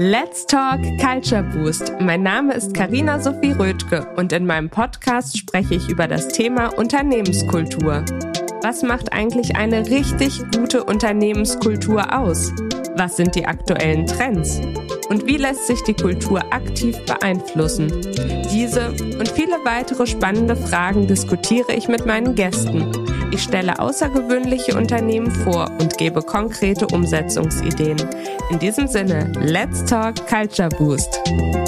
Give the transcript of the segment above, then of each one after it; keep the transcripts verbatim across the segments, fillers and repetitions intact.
Let's Talk Culture Boost. Mein Name ist Carina Sophie Rödtke und in meinem Podcast spreche ich über das Thema Unternehmenskultur. Was macht eigentlich eine richtig gute Unternehmenskultur aus? Was sind die aktuellen Trends? Und wie lässt sich die Kultur aktiv beeinflussen? Diese und viele weitere spannende Fragen diskutiere ich mit meinen Gästen. Ich stelle außergewöhnliche Unternehmen vor und gebe konkrete Umsetzungsideen. In diesem Sinne, Let's Talk Culture Boost.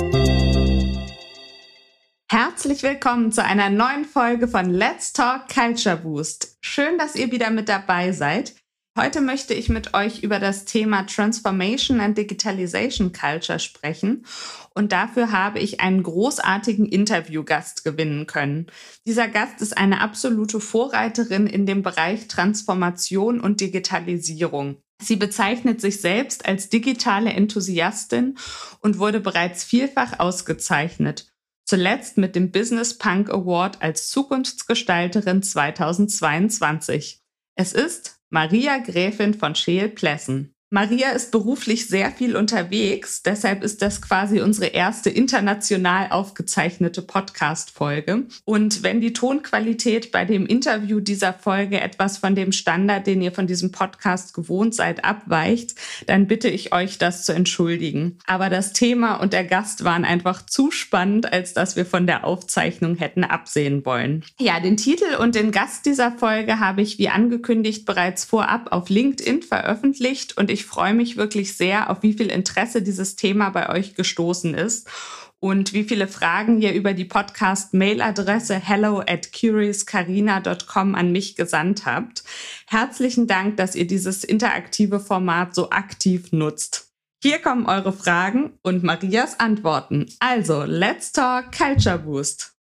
Herzlich willkommen zu einer neuen Folge von Let's Talk Culture Boost. Schön, dass ihr wieder mit dabei seid. Heute möchte ich mit euch über das Thema Transformation and Digitalization Culture sprechen und dafür habe ich einen großartigen Interviewgast gewinnen können. Dieser Gast ist eine absolute Vorreiterin in dem Bereich Transformation und Digitalisierung. Sie bezeichnet sich selbst als digitale Enthusiastin und wurde bereits vielfach ausgezeichnet. Zuletzt mit dem Business Punk Award als Zukunftsgestalterin zweitausendzweiundzwanzig. Es ist Maria Gräfin von Scheel-Plessen. Maria ist beruflich sehr viel unterwegs, deshalb ist das quasi unsere erste international aufgezeichnete Podcast-Folge. Und wenn die Tonqualität bei dem Interview dieser Folge etwas von dem Standard, den ihr von diesem Podcast gewohnt seid, abweicht, dann bitte ich euch, das zu entschuldigen. Aber das Thema und der Gast waren einfach zu spannend, als dass wir von der Aufzeichnung hätten absehen wollen. Ja, den Titel und den Gast dieser Folge habe ich wie angekündigt bereits vorab auf LinkedIn veröffentlicht und ich Ich freue mich wirklich sehr, auf wie viel Interesse dieses Thema bei euch gestoßen ist und wie viele Fragen ihr über die Podcast-Mail-Adresse hello at curious carina dot com an mich gesandt habt. Herzlichen Dank, dass ihr dieses interaktive Format so aktiv nutzt. Hier kommen eure Fragen und Marias Antworten. Also, let's talk Culture Boost.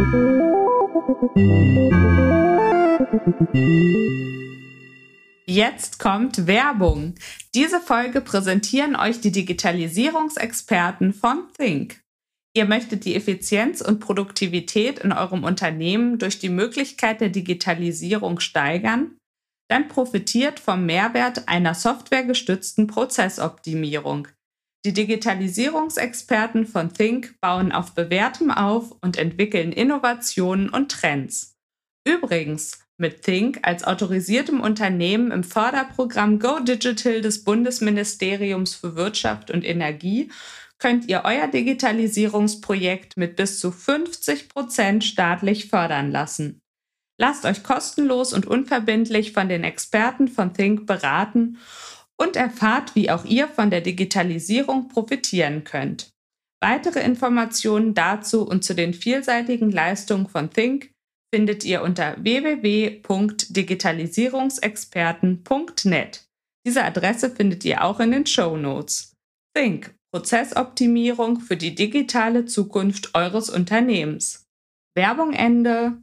Jetzt kommt Werbung. Diese Folge präsentieren euch die Digitalisierungsexperten von Think. Ihr möchtet die Effizienz und Produktivität in eurem Unternehmen durch die Möglichkeit der Digitalisierung steigern? Dann profitiert vom Mehrwert einer softwaregestützten Prozessoptimierung. Die Digitalisierungsexperten von Think bauen auf Bewährtem auf und entwickeln Innovationen und Trends. Übrigens, mit Think als autorisiertem Unternehmen im Förderprogramm Go Digital des Bundesministeriums für Wirtschaft und Energie könnt ihr euer Digitalisierungsprojekt mit bis zu fünfzig Prozent staatlich fördern lassen. Lasst euch kostenlos und unverbindlich von den Experten von Think beraten und erfahrt, wie auch ihr von der Digitalisierung profitieren könnt. Weitere Informationen dazu und zu den vielseitigen Leistungen von Think findet ihr unter w w w punkt digitalisierungsexperten punkt net. Diese Adresse findet ihr auch in den Shownotes. Think, Prozessoptimierung für die digitale Zukunft eures Unternehmens. Werbung Ende.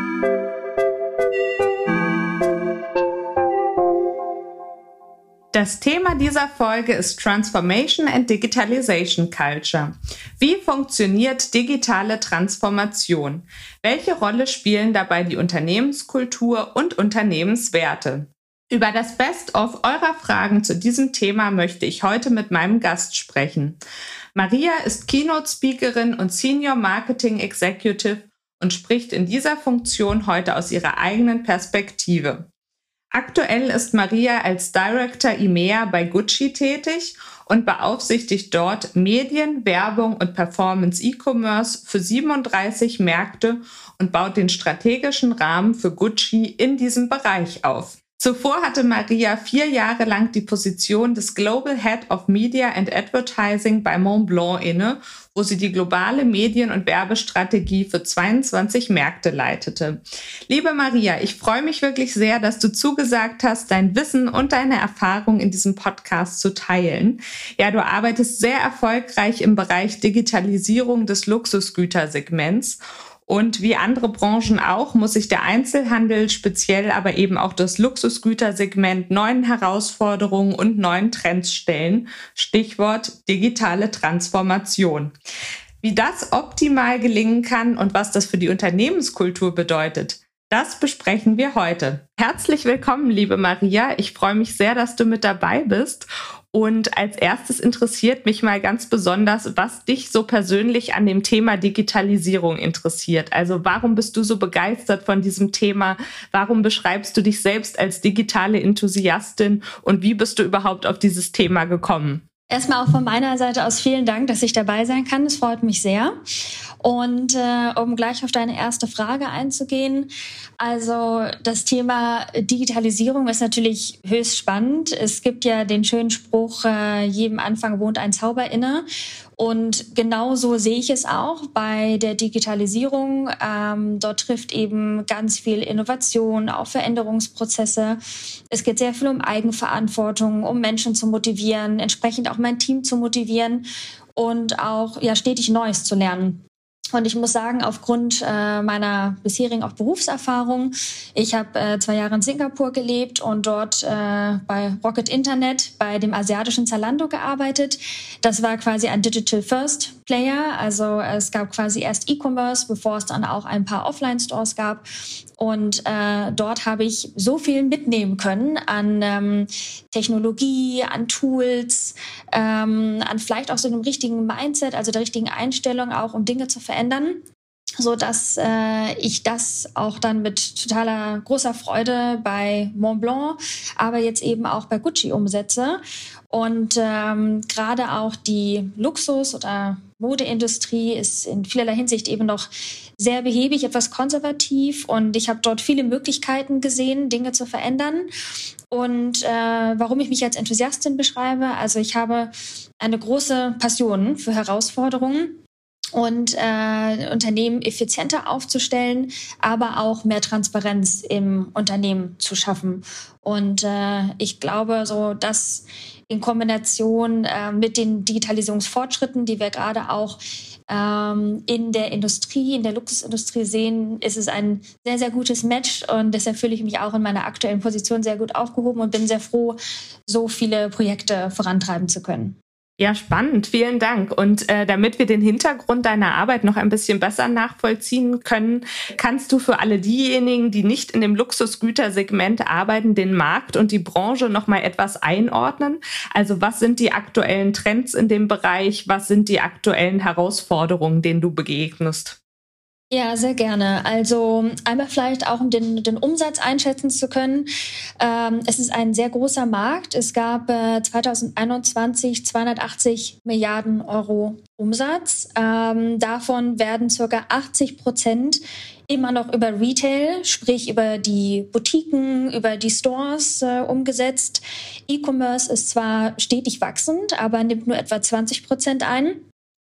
Das Thema dieser Folge ist Transformation and Digitalization Culture. Wie funktioniert digitale Transformation? Welche Rolle spielen dabei die Unternehmenskultur und Unternehmenswerte? Über das Best-of eurer Fragen zu diesem Thema möchte ich heute mit meinem Gast sprechen. Maria ist Keynote-Speakerin und Senior Marketing Executive und spricht in dieser Funktion heute aus ihrer eigenen Perspektive. Aktuell ist Maria als Director E M E A bei Gucci tätig und beaufsichtigt dort Medien, Werbung und Performance E-Commerce für siebenunddreißig Märkte und baut den strategischen Rahmen für Gucci in diesem Bereich auf. Zuvor hatte Maria vier Jahre lang die Position des Global Head of Media and Advertising bei Montblanc inne, wo sie die globale Medien- und Werbestrategie für zweiundzwanzig Märkte leitete. Liebe Maria, ich freue mich wirklich sehr, dass du zugesagt hast, dein Wissen und deine Erfahrung in diesem Podcast zu teilen. Ja, du arbeitest sehr erfolgreich im Bereich Digitalisierung des Luxusgütersegments. Und wie andere Branchen auch, muss sich der Einzelhandel, speziell aber eben auch das Luxusgütersegment, neuen Herausforderungen und neuen Trends stellen. Stichwort digitale Transformation. Wie das optimal gelingen kann und was das für die Unternehmenskultur bedeutet, Das besprechen wir heute. Herzlich willkommen, liebe Maria. Ich freue mich sehr, dass du mit dabei bist. Und als erstes interessiert mich mal ganz besonders, was dich so persönlich an dem Thema Digitalisierung interessiert. Also warum bist du so begeistert von diesem Thema? Warum beschreibst du dich selbst als digitale Enthusiastin? Und wie bist du überhaupt auf dieses Thema gekommen? Erstmal auch von meiner Seite aus vielen Dank, dass ich dabei sein kann. Das freut mich sehr. Und äh, um gleich auf deine erste Frage einzugehen, also das Thema Digitalisierung ist natürlich höchst spannend. Es gibt ja den schönen Spruch, äh, jedem Anfang wohnt ein Zauber inne. Und genau so sehe ich es auch bei der Digitalisierung. Ähm, dort trifft eben ganz viel Innovation, auch Veränderungsprozesse. Es geht sehr viel um Eigenverantwortung, um Menschen zu motivieren, entsprechend auch mein Team zu motivieren und auch ja stetig Neues zu lernen. Und ich muss sagen, aufgrund äh, meiner bisherigen auch Berufserfahrung, ich habe äh, zwei Jahre in Singapur gelebt und dort äh, bei Rocket Internet, bei dem asiatischen Zalando gearbeitet. Das war quasi ein Digital First Player, also es gab quasi erst E-Commerce, bevor es dann auch ein paar Offline-Stores gab. Und äh, dort habe ich so viel mitnehmen können an ähm, Technologie, an Tools, ähm, an vielleicht auch so einem richtigen Mindset, also der richtigen Einstellung auch, um Dinge zu verändern, so dass äh, ich das auch dann mit totaler großer Freude bei Montblanc, aber jetzt eben auch bei Gucci umsetze. Und ähm, gerade auch die Luxus- oder Modeindustrie ist in vielerlei Hinsicht eben noch sehr behäbig, etwas konservativ. Und ich habe dort viele Möglichkeiten gesehen, Dinge zu verändern. Und äh, warum ich mich als Enthusiastin beschreibe, also ich habe eine große Passion für Herausforderungen und äh, Unternehmen effizienter aufzustellen, aber auch mehr Transparenz im Unternehmen zu schaffen. Und äh, ich glaube, so dass in Kombination äh, mit den Digitalisierungsfortschritten, die wir gerade auch ähm, in der Industrie, in der Luxusindustrie sehen, ist es ein sehr, sehr gutes Match. Und deshalb fühle ich mich auch in meiner aktuellen Position sehr gut aufgehoben und bin sehr froh, so viele Projekte vorantreiben zu können. Ja, spannend. Vielen Dank. Und äh, damit wir den Hintergrund deiner Arbeit noch ein bisschen besser nachvollziehen können, kannst du für alle diejenigen, die nicht in dem Luxusgütersegment arbeiten, den Markt und die Branche noch mal etwas einordnen? Also was sind die aktuellen Trends in dem Bereich? Was sind die aktuellen Herausforderungen, denen du begegnest? Ja, sehr gerne. Also einmal vielleicht auch, um den, den Umsatz einschätzen zu können. Ähm, es ist ein sehr großer Markt. Es gab äh, zwanzig einundzwanzig zweihundertachtzig Milliarden Euro Umsatz. Ähm, davon werden circa achtzig Prozent immer noch über Retail, sprich über die Boutiquen, über die Stores äh, umgesetzt. E-Commerce ist zwar stetig wachsend, aber nimmt nur etwa zwanzig Prozent ein.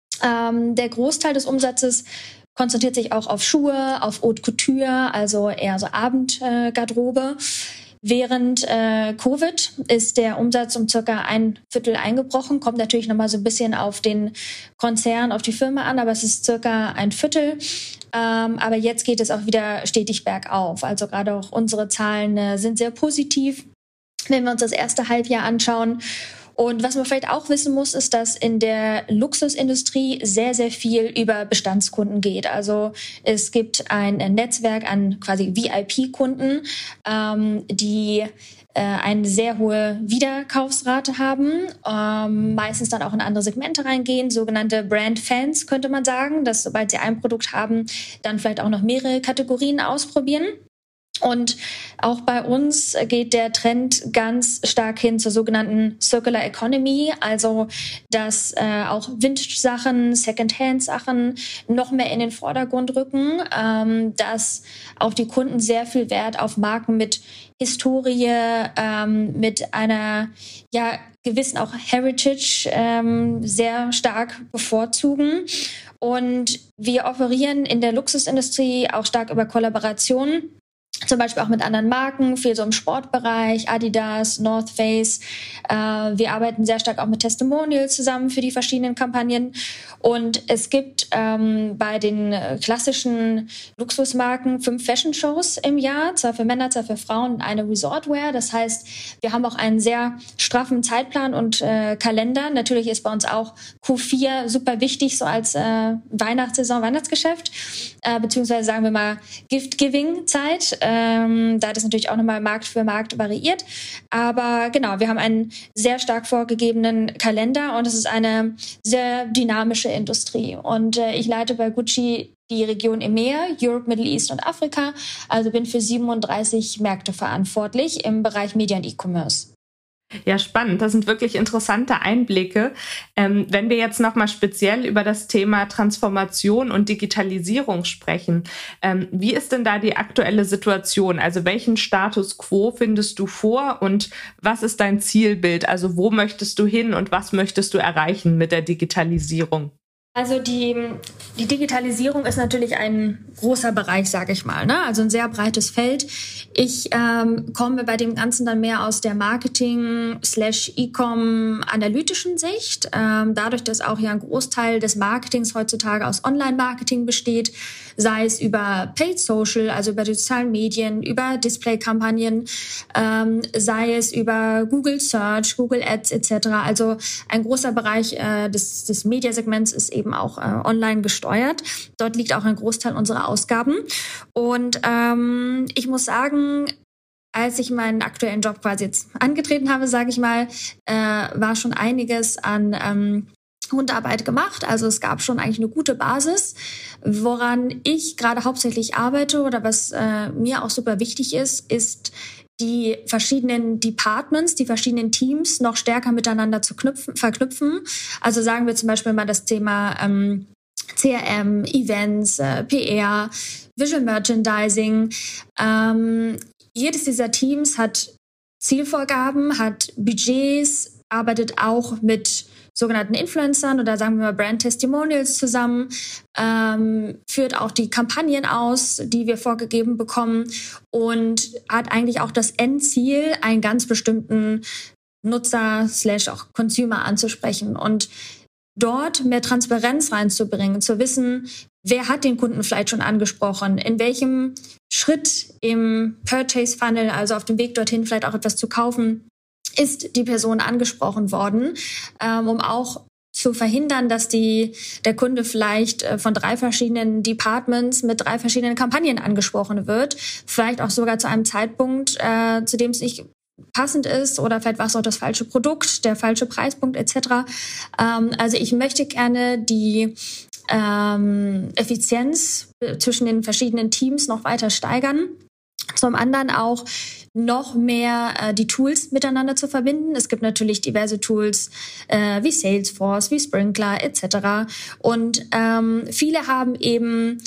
Ähm, der Großteil des Umsatzes konzentriert sich auch auf Schuhe, auf Haute Couture, also eher so Abendgarderobe. Äh, Während äh, Covid ist der Umsatz um circa ein Viertel eingebrochen. Kommt natürlich nochmal so ein bisschen auf den Konzern, auf die Firma an, aber es ist circa ein Viertel. Ähm, aber jetzt geht es auch wieder stetig bergauf. Also gerade auch unsere Zahlen äh, sind sehr positiv, wenn wir uns das erste Halbjahr anschauen. Und was man vielleicht auch wissen muss, ist, dass in der Luxusindustrie sehr, sehr viel über Bestandskunden geht. Also es gibt ein Netzwerk an quasi V I P-Kunden, ähm, die äh, eine sehr hohe Wiederkaufsrate haben, ähm, meistens dann auch in andere Segmente reingehen, sogenannte Brand-Fans könnte man sagen, dass sobald sie ein Produkt haben, dann vielleicht auch noch mehrere Kategorien ausprobieren. Und auch bei uns geht der Trend ganz stark hin zur sogenannten Circular Economy, also dass äh, auch Vintage-Sachen, Second-Hand-Sachen noch mehr in den Vordergrund rücken, ähm, dass auch die Kunden sehr viel Wert auf Marken mit Historie, ähm, mit einer ja gewissen auch Heritage ähm, sehr stark bevorzugen. Und wir offerieren in der Luxusindustrie auch stark über Kollaborationen. zum Beispiel auch mit anderen Marken, viel so im Sportbereich, Adidas, North Face. Äh, wir arbeiten sehr stark auch mit Testimonials zusammen für die verschiedenen Kampagnen. Und es gibt ähm, bei den klassischen Luxusmarken fünf Fashion-Shows im Jahr, zwei für Männer, zwei für Frauen und eine Resortwear. Das heißt, wir haben auch einen sehr straffen Zeitplan und äh, Kalender. Natürlich ist bei uns auch Q vier super wichtig, so als äh, Weihnachtssaison, Weihnachtsgeschäft, äh, beziehungsweise sagen wir mal Gift-Giving-Zeit. Ähm, da das natürlich auch nochmal Markt für Markt variiert. Aber genau, wir haben einen sehr stark vorgegebenen Kalender und es ist eine sehr dynamische Industrie. Und äh, ich leite bei Gucci die Region E M E A, Europe, Middle East und Afrika. Also bin für siebenunddreißig Märkte verantwortlich im Bereich Media und E-Commerce. Ja, spannend. Das sind wirklich interessante Einblicke. Ähm, wenn wir jetzt nochmal speziell über das Thema Transformation und Digitalisierung sprechen, ähm, wie ist denn da die aktuelle Situation? Also welchen Status quo findest du vor und was ist dein Zielbild? Also wo möchtest du hin und was möchtest du erreichen mit der Digitalisierung? Also die, die Digitalisierung ist natürlich ein großer Bereich, sage ich mal, ne? Also ein sehr breites Feld. Ich ähm, komme bei dem Ganzen dann mehr aus der Marketing slash E-Com analytischen Sicht. Ähm, dadurch, dass auch ja ein Großteil des Marketings heutzutage aus Online-Marketing besteht, sei es über Paid Social, also über die sozialen Medien, über Display-Kampagnen, ähm, sei es über Google Search, Google Ads et cetera. Also ein großer Bereich äh, des, des Mediasegments ist eben auch äh, online gesteuert. Dort liegt auch ein Großteil unserer Ausgaben. Und ähm, ich muss sagen, als ich meinen aktuellen Job quasi jetzt angetreten habe, sage ich mal, äh, war schon einiges an ähm, Handarbeit gemacht. Also es gab schon eigentlich eine gute Basis, woran ich gerade hauptsächlich arbeite oder was äh, mir auch super wichtig ist, ist die verschiedenen Departments, die verschiedenen Teams noch stärker miteinander zu knüpfen, verknüpfen. Also sagen wir zum Beispiel mal das Thema ähm, C R M, Events, äh, P R, Visual Merchandising. Ähm, jedes dieser Teams hat Zielvorgaben, hat Budgets, arbeitet auch mit sogenannten Influencern oder sagen wir mal Brand Testimonials zusammen, ähm, führt auch die Kampagnen aus, die wir vorgegeben bekommen und hat eigentlich auch das Endziel, einen ganz bestimmten Nutzer slash auch Consumer anzusprechen und dort mehr Transparenz reinzubringen, zu wissen, wer hat den Kunden vielleicht schon angesprochen, in welchem Schritt im Purchase Funnel, also auf dem Weg dorthin vielleicht auch etwas zu kaufen, ist die Person angesprochen worden, ähm, um auch zu verhindern, dass die, der Kunde vielleicht äh, von drei verschiedenen Departments mit drei verschiedenen Kampagnen angesprochen wird, vielleicht auch sogar zu einem Zeitpunkt, äh, zu dem es nicht passend ist oder vielleicht war es auch das falsche Produkt, der falsche Preispunkt et cetera. Ähm, also ich möchte gerne die ähm, Effizienz zwischen den verschiedenen Teams noch weiter steigern. Zum anderen auch noch mehr äh, die Tools miteinander zu verbinden. Es gibt natürlich diverse Tools äh, wie Salesforce, wie Sprinklr et cetera. Und ähm, viele haben eben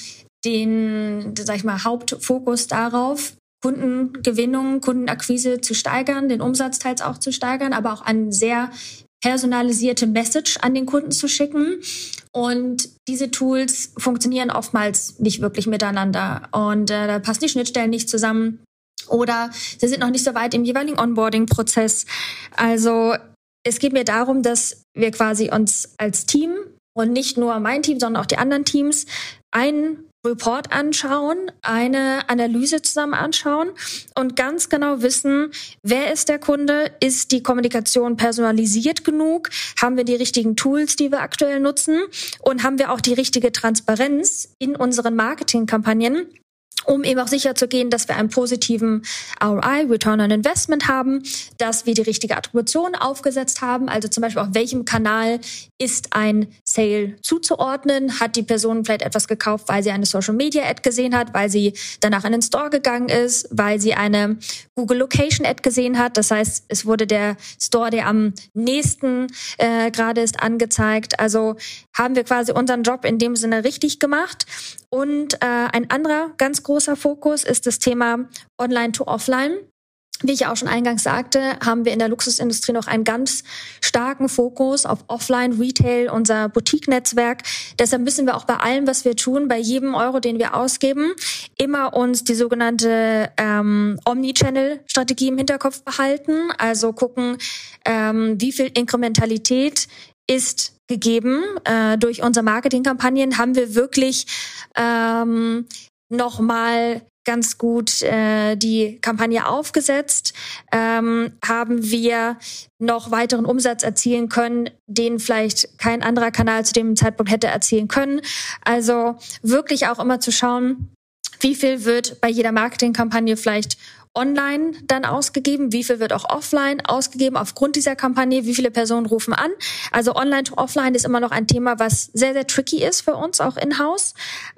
den, sag ich mal, Hauptfokus darauf, Kundengewinnung, Kundenakquise zu steigern, den Umsatz teils auch zu steigern, aber auch eine sehr personalisierte Message an den Kunden zu schicken. Und diese Tools funktionieren oftmals nicht wirklich miteinander. Und äh, da passen die Schnittstellen nicht zusammen. Oder sie sind noch nicht so weit im jeweiligen Onboarding-Prozess. Also es geht mir darum, dass wir quasi uns als Team und nicht nur mein Team, sondern auch die anderen Teams einen Report anschauen, eine Analyse zusammen anschauen und ganz genau wissen, wer ist der Kunde, ist die Kommunikation personalisiert genug, haben wir die richtigen Tools, die wir aktuell nutzen und haben wir auch die richtige Transparenz in unseren Marketingkampagnen, um eben auch sicher zu gehen, dass wir einen positiven R O I, Return on Investment haben, dass wir die richtige Attribution aufgesetzt haben, also zum Beispiel auf welchem Kanal ist ein Sale zuzuordnen, hat die Person vielleicht etwas gekauft, weil sie eine Social Media Ad gesehen hat, weil sie danach in den Store gegangen ist, weil sie eine Google Location Ad gesehen hat, das heißt, es wurde der Store, der am nächsten äh, gerade ist, angezeigt, also haben wir quasi unseren Job in dem Sinne richtig gemacht. Und äh, ein anderer ganz großer Fokus ist das Thema Online to Offline. Wie ich auch schon eingangs sagte, haben wir in der Luxusindustrie noch einen ganz starken Fokus auf Offline-Retail, unser Boutique-Netzwerk. Deshalb müssen wir auch bei allem, was wir tun, bei jedem Euro, den wir ausgeben, immer uns die sogenannte ähm, Omnichannel-Strategie im Hinterkopf behalten. Also gucken, ähm, wie viel Inkrementalität ist gegeben. Äh, durch unsere Marketingkampagnen haben wir wirklich ähm, nochmal ganz gut äh, die Kampagne aufgesetzt, ähm, haben wir noch weiteren Umsatz erzielen können, den vielleicht kein anderer Kanal zu dem Zeitpunkt hätte erzielen können. Also wirklich auch immer zu schauen, wie viel wird bei jeder Marketingkampagne vielleicht online dann ausgegeben, wie viel wird auch offline ausgegeben aufgrund dieser Kampagne, wie viele Personen rufen an. Also online to offline ist immer noch ein Thema, was sehr, sehr tricky ist für uns, auch in-house.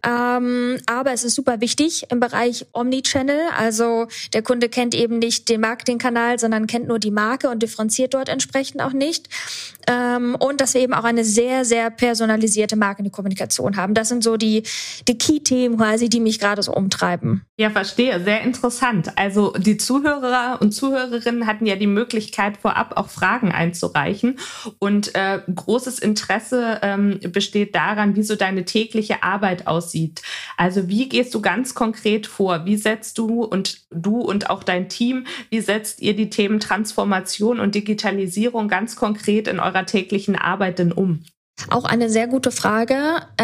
Ähm, aber es ist super wichtig im Bereich Omnichannel. Also der Kunde kennt eben nicht den Marketingkanal, sondern kennt nur die Marke und differenziert dort entsprechend auch nicht. Ähm, und dass wir eben auch eine sehr, sehr personalisierte Marketingkommunikation haben. Das sind so die, die Key-Themen quasi, die mich gerade so umtreiben. Ja, verstehe. Sehr interessant. Also die Zuhörer und Zuhörerinnen hatten ja die Möglichkeit, vorab auch Fragen einzureichen. Und äh, großes Interesse ähm, besteht daran, wie so deine tägliche Arbeit aussieht. Also wie gehst du ganz konkret vor? Wie setzt du und du und auch dein Team, wie setzt ihr die Themen Transformation und Digitalisierung ganz konkret in eurer täglichen Arbeit denn um? Auch eine sehr gute Frage.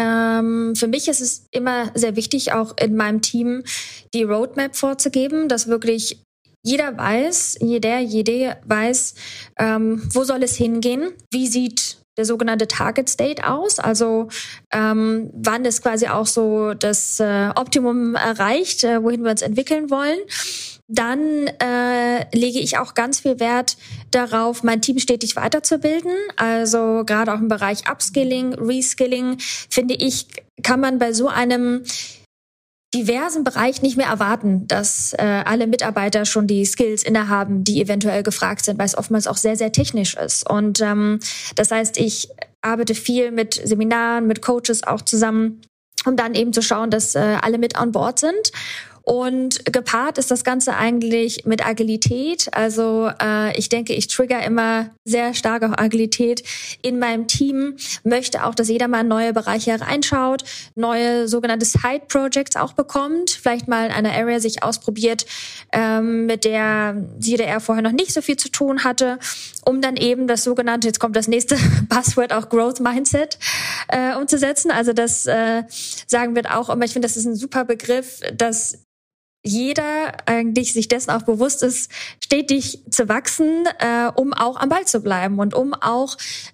Ähm, für mich ist es immer sehr wichtig, auch in meinem Team die Roadmap vorzugeben, dass wirklich jeder weiß, jeder, jede weiß, ähm, wo soll es hingehen, wie sieht der sogenannte Target State aus, also ähm, wann ist quasi auch so das äh, Optimum erreicht, äh, wohin wir uns entwickeln wollen. Dann äh, lege ich auch ganz viel Wert darauf, mein Team stetig weiterzubilden. Also gerade auch im Bereich Upskilling, Reskilling, finde ich, kann man bei so einem diversen Bereich nicht mehr erwarten, dass äh, alle Mitarbeiter schon die Skills innehaben, die eventuell gefragt sind, weil es oftmals auch sehr, sehr technisch ist. Und ähm, das heißt, ich arbeite viel mit Seminaren, mit Coaches auch zusammen, um dann eben zu schauen, dass äh, alle mit an Bord sind. Und gepaart ist das Ganze eigentlich mit Agilität. Also äh, ich denke, ich trigger immer sehr stark auf Agilität in meinem Team, möchte auch, dass jeder mal in neue Bereiche reinschaut, neue sogenannte Side-Projects auch bekommt, vielleicht mal in einer Area sich ausprobiert, ähm, mit der sie oder er vorher noch nicht so viel zu tun hatte, um dann eben das sogenannte, jetzt kommt das nächste Buzzword, auch Growth Mindset äh, umzusetzen. Also das äh, sagen wir auch immer, ich finde, das ist ein super Begriff, dass jeder eigentlich sich dessen auch bewusst ist, stetig zu wachsen, äh, um auch am Ball zu bleiben und um auch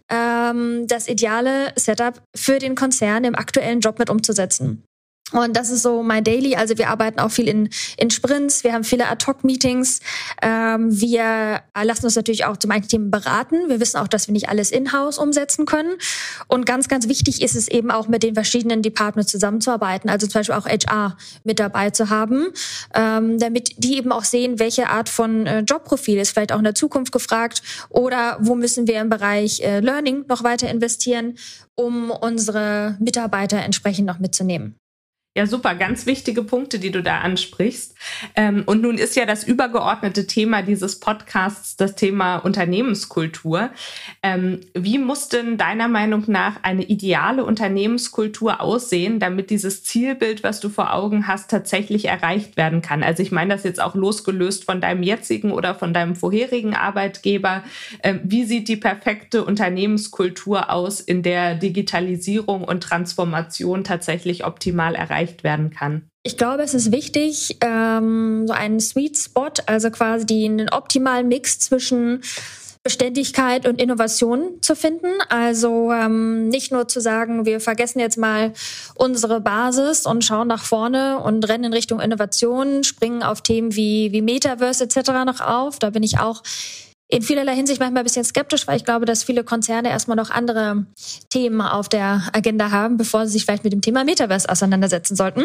ähm, das ideale Setup für den Konzern im aktuellen Job mit umzusetzen. Und das ist so mein Daily. Also wir arbeiten auch viel in, in Sprints. Wir haben viele Ad-Hoc-Meetings. Ähm, wir lassen uns natürlich auch zu manchen Themen beraten. Wir wissen auch, dass wir nicht alles in-house umsetzen können. Und ganz, ganz wichtig ist es eben auch, mit den verschiedenen Departments zusammenzuarbeiten. Also zum Beispiel auch H R mit dabei zu haben, ähm, damit die eben auch sehen, welche Art von äh, Jobprofil ist vielleicht auch in der Zukunft gefragt oder wo müssen wir im Bereich äh, Learning noch weiter investieren, um unsere Mitarbeiter entsprechend noch mitzunehmen. Ja, super, ganz wichtige Punkte, die du da ansprichst. Ähm, und nun ist ja das übergeordnete Thema dieses Podcasts das Thema Unternehmenskultur. Ähm, wie muss denn deiner Meinung nach eine ideale Unternehmenskultur aussehen, damit dieses Zielbild, was du vor Augen hast, tatsächlich erreicht werden kann? Also ich meine das jetzt auch losgelöst von deinem jetzigen oder von deinem vorherigen Arbeitgeber. Ähm, wie sieht die perfekte Unternehmenskultur aus, in der Digitalisierung und Transformation tatsächlich optimal erreicht werden kann? Ich glaube, es ist wichtig, ähm, so einen Sweet Spot, also quasi den optimalen Mix zwischen Beständigkeit und Innovation zu finden. Also ähm, nicht nur zu sagen, wir vergessen jetzt mal unsere Basis und schauen nach vorne und rennen in Richtung Innovation, springen auf Themen wie, wie Metaverse et cetera noch auf. Da bin ich auch in vielerlei Hinsicht manchmal ein bisschen skeptisch, weil ich glaube, dass viele Konzerne erstmal noch andere Themen auf der Agenda haben, bevor sie sich vielleicht mit dem Thema Metaverse auseinandersetzen sollten.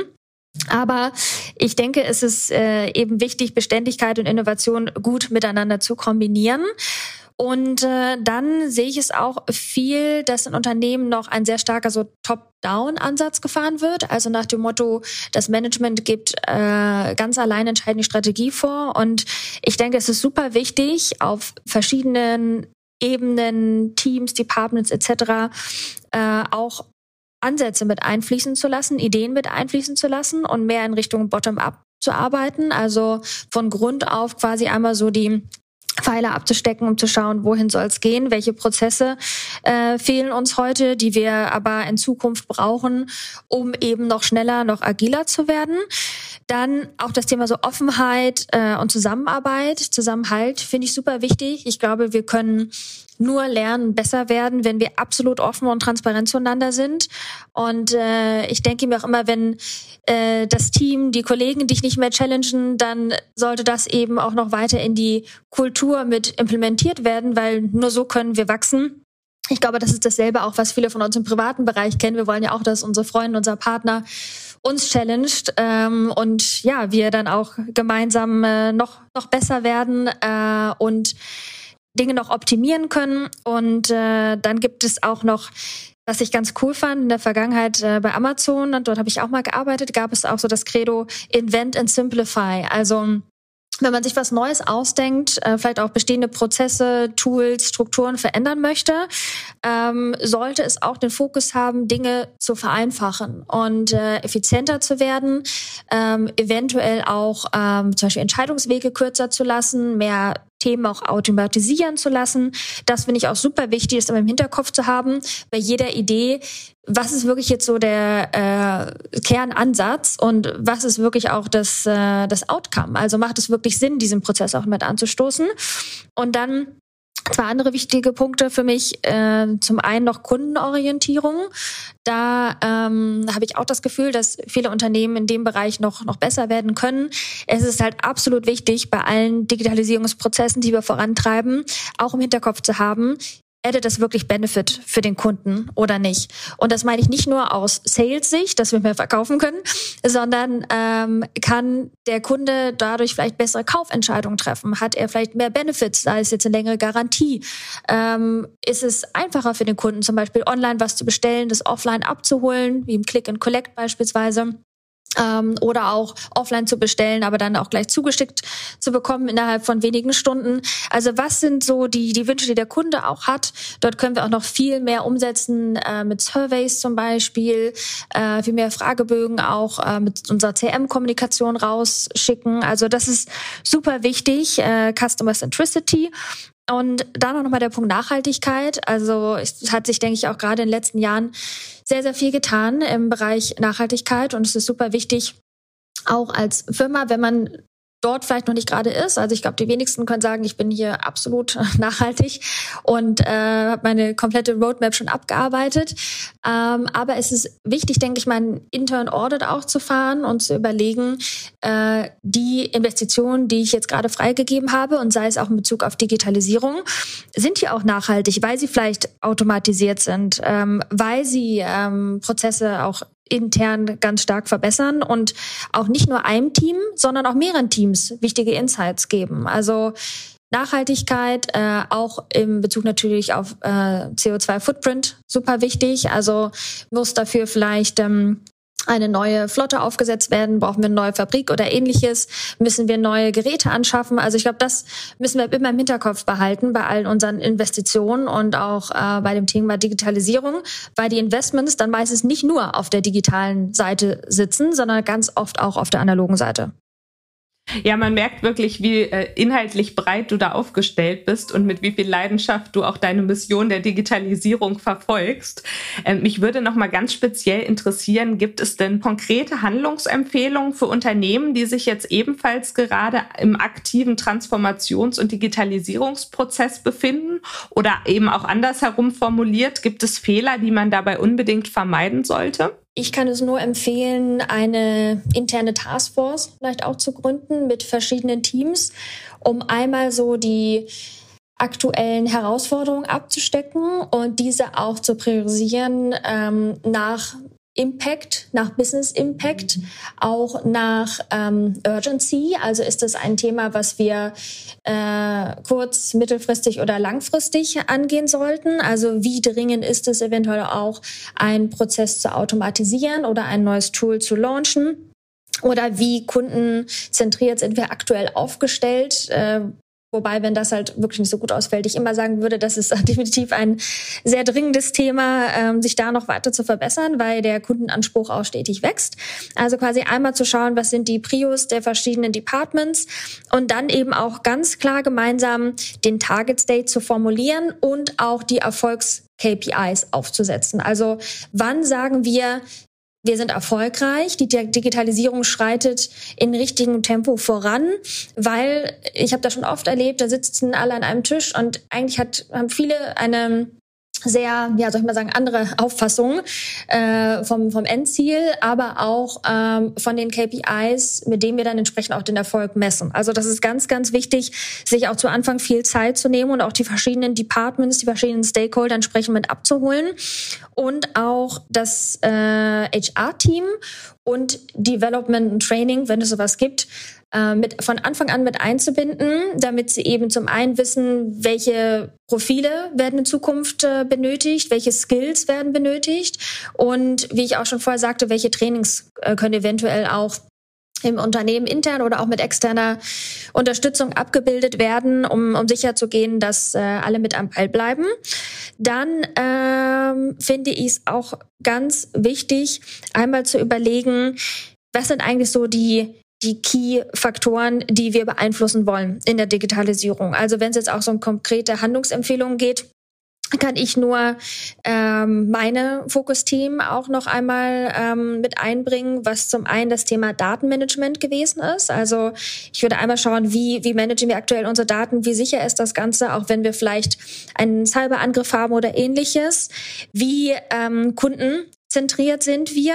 Aber ich denke, es ist äh, eben wichtig, Beständigkeit und Innovation gut miteinander zu kombinieren. Und äh, dann sehe ich es auch viel, dass in Unternehmen noch ein sehr starker so Top-Down-Ansatz gefahren wird. Also nach dem Motto, das Management gibt äh, ganz allein entscheidend die Strategie vor. Und ich denke, es ist super wichtig, auf verschiedenen Ebenen, Teams, Departments et cetera äh, auch Ansätze mit einfließen zu lassen, Ideen mit einfließen zu lassen und mehr in Richtung Bottom-up zu arbeiten. Also von Grund auf quasi einmal so die Pfeiler abzustecken, um zu schauen, wohin soll es gehen, welche Prozesse äh, fehlen uns heute, die wir aber in Zukunft brauchen, um eben noch schneller, noch agiler zu werden. Dann auch das Thema so Offenheit äh, und Zusammenarbeit, Zusammenhalt finde ich super wichtig. Ich glaube, wir können nur lernen, besser werden, wenn wir absolut offen und transparent zueinander sind. Und äh, ich denke mir auch immer, wenn äh, das Team, die Kollegen dich nicht mehr challengen, dann sollte das eben auch noch weiter in die Kultur mit implementiert werden, weil nur so können wir wachsen. Ich glaube, das ist dasselbe auch, was viele von uns im privaten Bereich kennen. Wir wollen ja auch, dass unsere Freunde, unser Partner uns challenged ähm, und ja, wir dann auch gemeinsam äh, noch noch besser werden äh, und Dinge noch optimieren können. Und äh, dann gibt es auch noch, was ich ganz cool fand, in der Vergangenheit äh, bei Amazon, und dort habe ich auch mal gearbeitet, gab es auch so das Credo Invent and Simplify. Also wenn man sich was Neues ausdenkt, äh, vielleicht auch bestehende Prozesse, Tools, Strukturen verändern möchte, ähm, sollte es auch den Fokus haben, Dinge zu vereinfachen und äh, effizienter zu werden, ähm, eventuell auch ähm, zum Beispiel Entscheidungswege kürzer zu lassen, mehr Themen auch automatisieren zu lassen. Das finde ich auch super wichtig, das immer im Hinterkopf zu haben, bei jeder Idee, was ist wirklich jetzt so der äh, Kernansatz und was ist wirklich auch das, äh, das Outcome. Also macht es wirklich Sinn, diesen Prozess auch mit anzustoßen. Und dann zwei andere wichtige Punkte für mich. Äh, zum einen noch Kundenorientierung. Da ähm, habe ich auch das Gefühl, dass viele Unternehmen in dem Bereich noch noch besser werden können. Es ist halt absolut wichtig, bei allen Digitalisierungsprozessen, die wir vorantreiben, auch im Hinterkopf zu haben, addet das wirklich Benefit für den Kunden oder nicht? Und das meine ich nicht nur aus Sales-Sicht, dass wir mehr verkaufen können, sondern ähm, kann der Kunde dadurch vielleicht bessere Kaufentscheidungen treffen? Hat er vielleicht mehr Benefits, sei es jetzt eine längere Garantie? Ähm, ist es einfacher für den Kunden, zum Beispiel online was zu bestellen, das offline abzuholen, wie im Click and Collect beispielsweise? Ähm, oder auch offline zu bestellen, aber dann auch gleich zugeschickt zu bekommen innerhalb von wenigen Stunden. Also was sind so die die Wünsche, die der Kunde auch hat? Dort können wir auch noch viel mehr umsetzen äh, mit Surveys zum Beispiel, äh, viel mehr Fragebögen auch äh, mit unserer C R M-Kommunikation rausschicken. Also das ist super wichtig, äh, Customer Centricity. Und dann auch nochmal der Punkt Nachhaltigkeit. Also es hat sich, denke ich, auch gerade in den letzten Jahren sehr, sehr viel getan im Bereich Nachhaltigkeit. Und es ist super wichtig, auch als Firma, wenn man dort vielleicht noch nicht gerade ist. Also ich glaube, die wenigsten können sagen, ich bin hier absolut nachhaltig und äh, habe meine komplette Roadmap schon abgearbeitet. Ähm, aber es ist wichtig, denke ich mal, einen Intern Audit auch zu fahren und zu überlegen, äh, die Investitionen, die ich jetzt gerade freigegeben habe, und sei es auch in Bezug auf Digitalisierung, sind die auch nachhaltig, weil sie vielleicht automatisiert sind, ähm, weil sie ähm, Prozesse auch intern ganz stark verbessern und auch nicht nur einem Team, sondern auch mehreren Teams wichtige Insights geben. Also Nachhaltigkeit, äh, auch im Bezug natürlich auf äh, C O zwei Footprint, super wichtig. Also muss dafür vielleicht ähm, eine neue Flotte aufgesetzt werden, brauchen wir eine neue Fabrik oder ähnliches, müssen wir neue Geräte anschaffen. Also ich glaube, das müssen wir immer im Hinterkopf behalten bei allen unseren Investitionen und auch äh, bei dem Thema Digitalisierung, weil die Investments dann meistens nicht nur auf der digitalen Seite sitzen, sondern ganz oft auch auf der analogen Seite. Ja, man merkt wirklich, wie äh, inhaltlich breit du da aufgestellt bist und mit wie viel Leidenschaft du auch deine Mission der Digitalisierung verfolgst. Ähm, mich würde noch mal ganz speziell interessieren, gibt es denn konkrete Handlungsempfehlungen für Unternehmen, die sich jetzt ebenfalls gerade im aktiven Transformations- und Digitalisierungsprozess befinden? Oder eben auch andersherum formuliert, gibt es Fehler, die man dabei unbedingt vermeiden sollte? Ich kann es nur empfehlen, eine interne Taskforce vielleicht auch zu gründen mit verschiedenen Teams, um einmal so die aktuellen Herausforderungen abzustecken und diese auch zu priorisieren ähm, nach Impact, nach Business Impact, auch nach ähm, Urgency. Also ist das ein Thema, was wir äh, kurz-, mittelfristig oder langfristig angehen sollten? Also wie dringend ist es eventuell auch, einen Prozess zu automatisieren oder ein neues Tool zu launchen? Oder wie kundenzentriert sind wir aktuell aufgestellt? Äh, Wobei, wenn das halt wirklich nicht so gut ausfällt, ich immer sagen würde, das ist definitiv ein sehr dringendes Thema, ähm, sich da noch weiter zu verbessern, weil der Kundenanspruch auch stetig wächst. Also quasi einmal zu schauen, was sind die Prios der verschiedenen Departments und dann eben auch ganz klar gemeinsam den Target State zu formulieren und auch die Erfolgs-K P Is aufzusetzen. Also wann sagen wir, wir sind erfolgreich, die Digitalisierung schreitet in richtigem Tempo voran, weil ich habe das schon oft erlebt, da sitzen alle an einem Tisch und eigentlich hat, haben viele eine sehr, ja, soll ich mal sagen, andere Auffassung äh, vom vom Endziel, aber auch ähm, von den K P Is, mit denen wir dann entsprechend auch den Erfolg messen. Also das ist ganz, ganz wichtig, sich auch zu Anfang viel Zeit zu nehmen und auch die verschiedenen Departments, die verschiedenen Stakeholder entsprechend mit abzuholen und auch das äh, H R-Team und Development und Training, wenn es sowas gibt, mit von Anfang an mit einzubinden, damit sie eben zum einen wissen, welche Profile werden in Zukunft äh, benötigt, welche Skills werden benötigt und wie ich auch schon vorher sagte, welche Trainings äh, können eventuell auch im Unternehmen intern oder auch mit externer Unterstützung abgebildet werden, um, um sicherzugehen, dass äh, alle mit am Ball bleiben. Dann ähm, finde ich es auch ganz wichtig, einmal zu überlegen, was sind eigentlich so die die Key-Faktoren, die wir beeinflussen wollen in der Digitalisierung. Also wenn es jetzt auch so um konkrete Handlungsempfehlungen geht, kann ich nur ähm, meine Fokus-Team auch noch einmal ähm, mit einbringen, was zum einen das Thema Datenmanagement gewesen ist. Also ich würde einmal schauen, wie wie managen wir aktuell unsere Daten, wie sicher ist das Ganze, auch wenn wir vielleicht einen Cyberangriff haben oder ähnliches, wie ähm, Kunden zentriert sind wir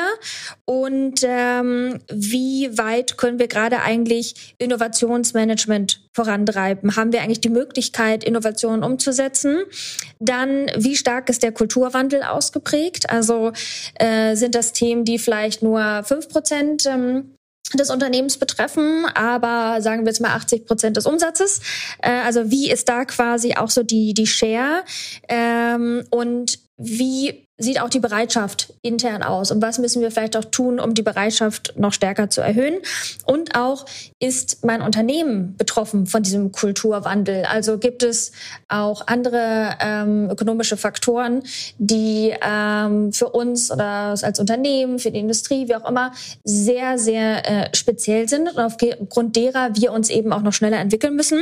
und ähm, wie weit können wir gerade eigentlich Innovationsmanagement vorantreiben? Haben wir eigentlich die Möglichkeit, Innovationen umzusetzen? Dann, wie stark ist der Kulturwandel ausgeprägt? Also äh, sind das Themen, die vielleicht nur fünf Prozent ähm, des Unternehmens betreffen, aber sagen wir jetzt mal achtzig Prozent des Umsatzes. Äh, also wie ist da quasi auch so die die Share ähm, und wie sieht auch die Bereitschaft intern aus und was müssen wir vielleicht auch tun, um die Bereitschaft noch stärker zu erhöhen? Und auch, ist mein Unternehmen betroffen von diesem Kulturwandel? Also gibt es auch andere ähm, ökonomische Faktoren, die ähm, für uns oder als Unternehmen, für die Industrie, wie auch immer, sehr, sehr äh, speziell sind und aufgrund derer wir uns eben auch noch schneller entwickeln müssen?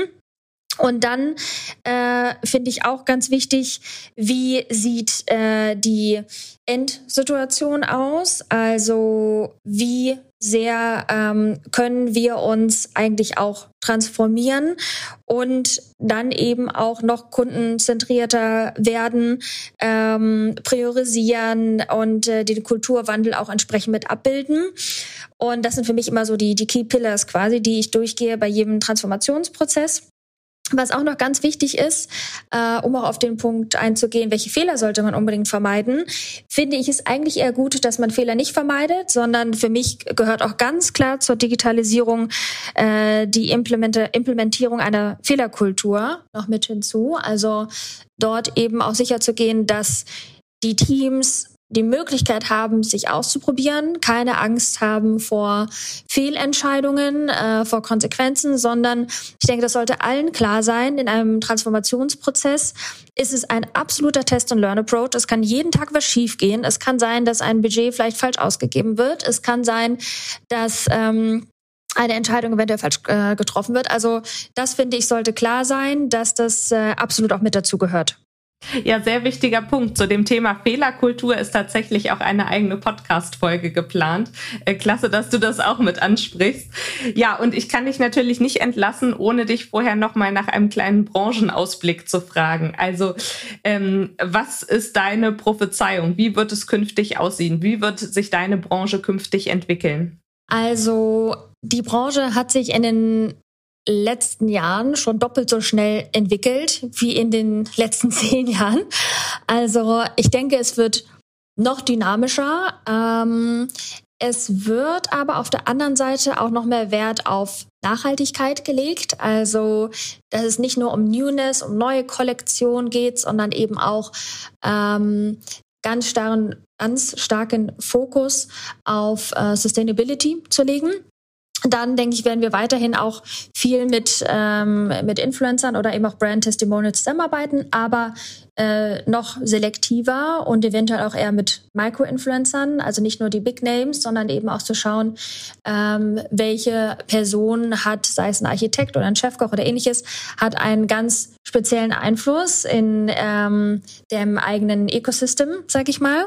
Und dann äh, finde ich auch ganz wichtig, wie sieht äh, die Endsituation aus? Also wie sehr ähm, können wir uns eigentlich auch transformieren und dann eben auch noch kundenzentrierter werden, ähm, priorisieren und äh, den Kulturwandel auch entsprechend mit abbilden. Und das sind für mich immer so die, die Key Pillars quasi, die ich durchgehe bei jedem Transformationsprozess. Was auch noch ganz wichtig ist, äh, um auch auf den Punkt einzugehen, welche Fehler sollte man unbedingt vermeiden, finde ich es eigentlich eher gut, dass man Fehler nicht vermeidet, sondern für mich gehört auch ganz klar zur Digitalisierung äh, die Implement- Implementierung einer Fehlerkultur noch mit hinzu. Also dort eben auch sicherzugehen, dass die Teams die Möglichkeit haben, sich auszuprobieren, keine Angst haben vor Fehlentscheidungen, äh, vor Konsequenzen, sondern ich denke, das sollte allen klar sein, in einem Transformationsprozess ist es ein absoluter Test-and-Learn-Approach. Es kann jeden Tag was schiefgehen. Es kann sein, dass ein Budget vielleicht falsch ausgegeben wird. Es kann sein, dass ähm, eine Entscheidung eventuell falsch äh, getroffen wird. Also das, finde ich, sollte klar sein, dass das äh, absolut auch mit dazu gehört. Ja, sehr wichtiger Punkt. Zu dem Thema Fehlerkultur ist tatsächlich auch eine eigene Podcast-Folge geplant. Äh, klasse, dass du das auch mit ansprichst. Ja, und ich kann dich natürlich nicht entlassen, ohne dich vorher noch mal nach einem kleinen Branchenausblick zu fragen. Also, ähm, was ist deine Prophezeiung? Wie wird es künftig aussehen? Wie wird sich deine Branche künftig entwickeln? Also, die Branche hat sich in den letzten Jahren schon doppelt so schnell entwickelt wie in den letzten zehn Jahren. Also ich denke, es wird noch dynamischer. Ähm, es wird aber auf der anderen Seite auch noch mehr Wert auf Nachhaltigkeit gelegt. Also, dass es nicht nur um Newness, um neue Kollektionen geht, sondern eben auch ähm, ganz starren, ganz starken Fokus auf äh, Sustainability zu legen. Dann, denke ich, werden wir weiterhin auch viel mit, ähm, mit Influencern oder eben auch Brand Testimonials zusammenarbeiten, aber äh, noch selektiver und eventuell auch eher mit Micro-Influencern, also nicht nur die Big Names, sondern eben auch zu schauen, ähm, welche Person hat, sei es ein Architekt oder ein Chefkoch oder ähnliches, hat einen ganz speziellen Einfluss in ähm, dem eigenen Ecosystem, sag ich mal.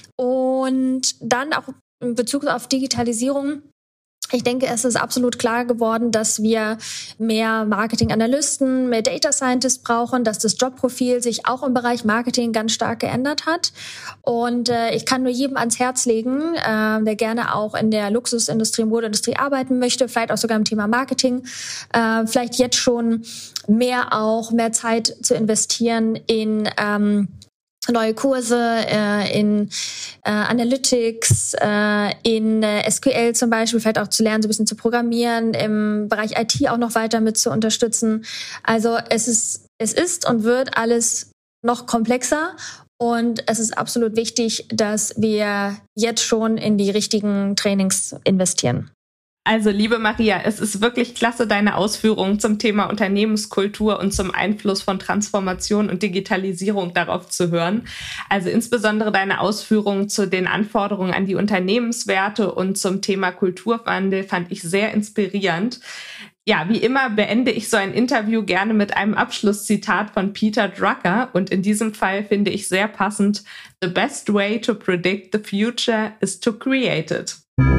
Und dann auch in Bezug auf Digitalisierung, ich denke, es ist absolut klar geworden, dass wir mehr Marketing-Analysten, mehr Data Scientists brauchen, dass das Jobprofil sich auch im Bereich Marketing ganz stark geändert hat. Und äh, ich kann nur jedem ans Herz legen, äh, der gerne auch in der Luxusindustrie, Modeindustrie arbeiten möchte, vielleicht auch sogar im Thema Marketing, äh, vielleicht jetzt schon mehr auch mehr Zeit zu investieren in ähm, neue Kurse äh, in äh, Analytics, äh, in äh, S Q L zum Beispiel, vielleicht auch zu lernen, so ein bisschen zu programmieren, im Bereich I T auch noch weiter mit zu unterstützen. Also es ist, es ist und wird alles noch komplexer und es ist absolut wichtig, dass wir jetzt schon in die richtigen Trainings investieren. Also, liebe Maria, es ist wirklich klasse, deine Ausführungen zum Thema Unternehmenskultur und zum Einfluss von Transformation und Digitalisierung darauf zu hören. Also insbesondere deine Ausführungen zu den Anforderungen an die Unternehmenswerte und zum Thema Kulturwandel fand ich sehr inspirierend. Ja, wie immer beende ich so ein Interview gerne mit einem Abschlusszitat von Peter Drucker und in diesem Fall finde ich sehr passend: The best way to predict the future is to create it.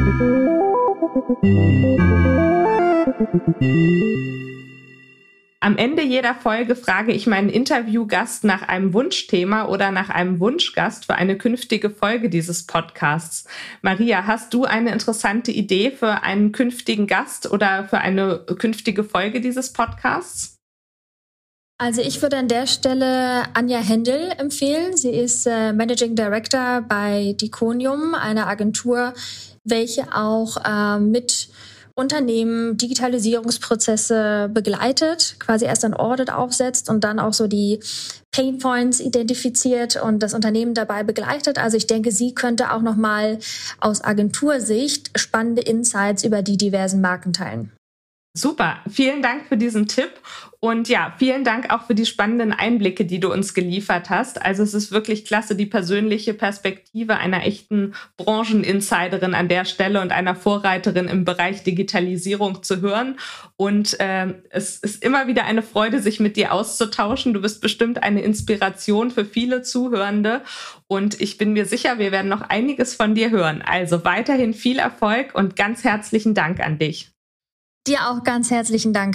Am Ende jeder Folge frage ich meinen Interviewgast nach einem Wunschthema oder nach einem Wunschgast für eine künftige Folge dieses Podcasts. Maria, hast du eine interessante Idee für einen künftigen Gast oder für eine künftige Folge dieses Podcasts? Also ich würde an der Stelle Anja Händel empfehlen. Sie ist äh, Managing Director bei Diconium, einer Agentur, welche auch äh, mit Unternehmen Digitalisierungsprozesse begleitet, quasi erst ein Audit aufsetzt und dann auch so die Pain Points identifiziert und das Unternehmen dabei begleitet. Also ich denke, sie könnte auch nochmal aus Agentursicht spannende Insights über die diversen Marken teilen. Super, vielen Dank für diesen Tipp und ja, vielen Dank auch für die spannenden Einblicke, die du uns geliefert hast. Also es ist wirklich klasse, die persönliche Perspektive einer echten Brancheninsiderin an der Stelle und einer Vorreiterin im Bereich Digitalisierung zu hören. Und äh, es ist immer wieder eine Freude, sich mit dir auszutauschen. Du bist bestimmt eine Inspiration für viele Zuhörende und ich bin mir sicher, wir werden noch einiges von dir hören. Also weiterhin viel Erfolg und ganz herzlichen Dank an dich. Dir auch ganz herzlichen Dank.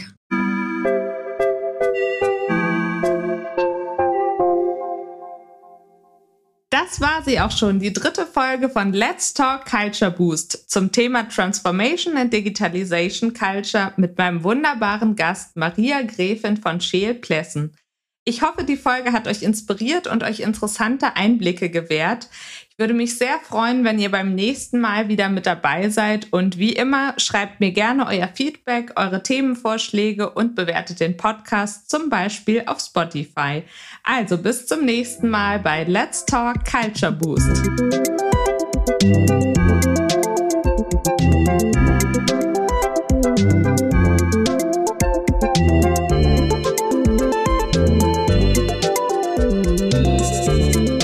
Das war sie auch schon, die dritte Folge von Let's Talk Culture Boost zum Thema Transformation and Digitalization Culture mit meinem wunderbaren Gast Maria Gräfin von Scheel-Plessen. Ich hoffe, die Folge hat euch inspiriert und euch interessante Einblicke gewährt. Ich würde mich sehr freuen, wenn ihr beim nächsten Mal wieder mit dabei seid. Und wie immer, schreibt mir gerne euer Feedback, eure Themenvorschläge und bewertet den Podcast zum Beispiel auf Spotify. Also bis zum nächsten Mal bei Let's Talk Culture Boost. Thank you.